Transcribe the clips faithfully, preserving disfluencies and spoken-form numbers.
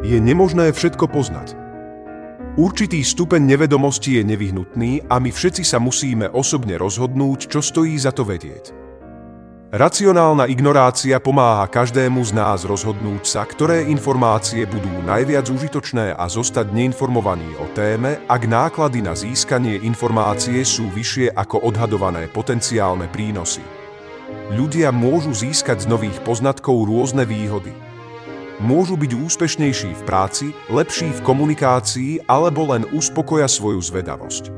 Je nemožné všetko poznať. Určitý stupeň nevedomosti je nevyhnutný a my všetci sa musíme osobne rozhodnúť, čo stojí za to vedieť. Racionálna ignorácia pomáha každému z nás rozhodnúť sa, ktoré informácie budú najviac užitočné a zostať neinformovaní o téme, ak náklady na získanie informácie sú vyššie ako odhadované potenciálne prínosy. Ľudia môžu získať z nových poznatkov rôzne výhody. Môžu byť úspešnejší v práci, lepší v komunikácii alebo len uspokoja svoju zvedavosť.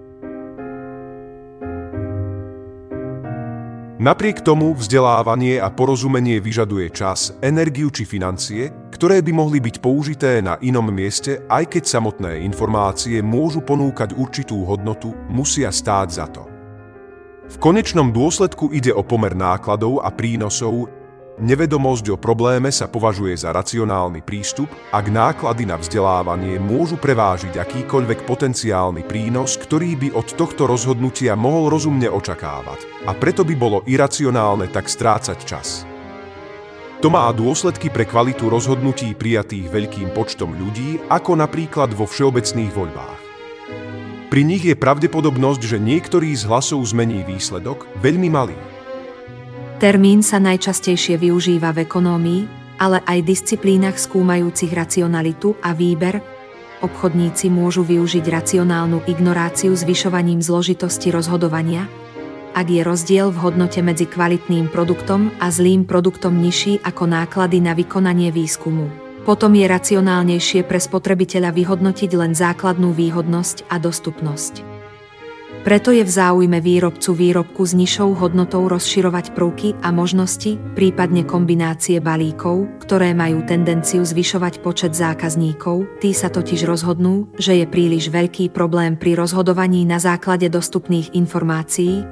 Napriek tomu vzdelávanie a porozumenie vyžaduje čas, energiu či financie, ktoré by mohli byť použité na inom mieste, aj keď samotné informácie môžu ponúkať určitú hodnotu, musia stáť za to. V konečnom dôsledku ide o pomer nákladov a prínosov. Nevedomosť o probléme sa považuje za racionálny prístup, ak náklady na vzdelávanie môžu prevážiť akýkoľvek potenciálny prínos, ktorý by od tohto rozhodnutia mohol rozumne očakávať, a preto by bolo iracionálne tak strácať čas. To má dôsledky pre kvalitu rozhodnutí prijatých veľkým počtom ľudí, ako napríklad vo všeobecných voľbách. Pri nich je pravdepodobnosť, že niektorý z hlasov zmení výsledok, veľmi malý. Termín sa najčastejšie využíva v ekonómii, ale aj disciplínach skúmajúcich racionalitu a výber. Obchodníci môžu využiť racionálnu ignoráciu zvyšovaním zložitosti rozhodovania, ak je rozdiel v hodnote medzi kvalitným produktom a zlým produktom nižší ako náklady na vykonanie výskumu. Potom je racionálnejšie pre spotrebiteľa vyhodnotiť len základnú výhodnosť a dostupnosť. Preto je v záujme výrobcu výrobku s nižšou hodnotou rozširovať prvky a možnosti, prípadne kombinácie balíkov, ktoré majú tendenciu zvyšovať počet zákazníkov. Tí sa totiž rozhodnú, že je príliš veľký problém pri rozhodovaní na základe dostupných informácií.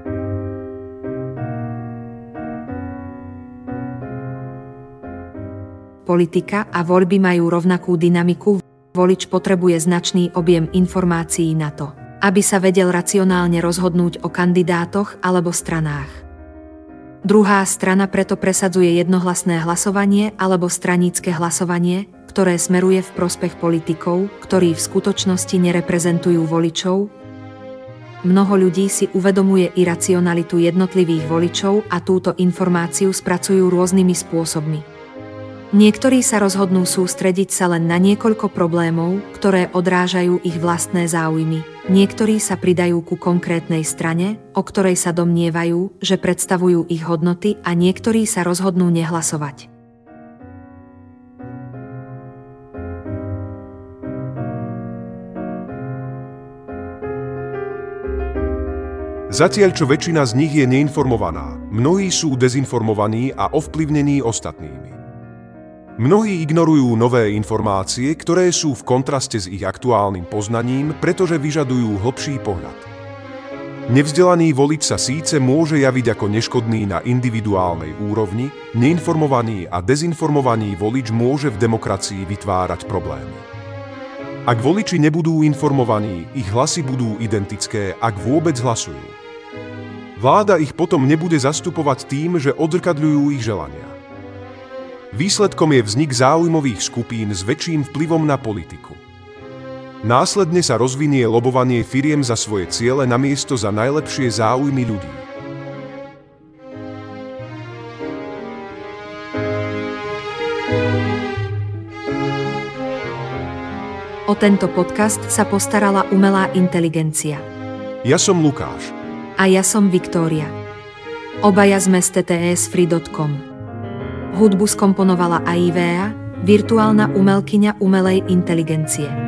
Politika a voľby majú rovnakú dynamiku. Volič potrebuje značný objem informácií na to, aby sa vedel racionálne rozhodnúť o kandidátoch alebo stranách. Druhá strana preto presadzuje jednohlasné hlasovanie alebo stranícke hlasovanie, ktoré smeruje v prospech politikov, ktorí v skutočnosti nereprezentujú voličov. Mnoho ľudí si uvedomuje iracionalitu jednotlivých voličov a túto informáciu spracujú rôznymi spôsobmi. Niektorí sa rozhodnú sústrediť sa len na niekoľko problémov, ktoré odrážajú ich vlastné záujmy. Niektorí sa pridajú ku konkrétnej strane, o ktorej sa domnievajú, že predstavujú ich hodnoty, a niektorí sa rozhodnú nehlasovať. Zatiaľ čo väčšina z nich je neinformovaná, mnohí sú dezinformovaní a ovplyvnení ostatnými. Mnohí ignorujú nové informácie, ktoré sú v kontraste s ich aktuálnym poznaním, pretože vyžadujú hlbší pohľad. Nevzdelaný volič sa síce môže javiť ako neškodný na individuálnej úrovni, neinformovaný a dezinformovaný volič môže v demokracii vytvárať problémy. Ak voliči nebudú informovaní, ich hlasy budú identické, ak vôbec hlasujú. Vláda ich potom nebude zastupovať tým, že odzrkadľujú ich želania. Výsledkom je vznik záujmových skupín s väčším vplyvom na politiku. Následne sa rozvinie lobovanie firiem za svoje ciele namiesto za najlepšie záujmy ľudí. O tento podcast sa postarala umelá inteligencia. Ja som Lukáš. A ja som Viktória. Obaja sme z té té es free bodka com. Hudbu skomponovala Aivea, virtuálna umelkyňa umelej inteligencie.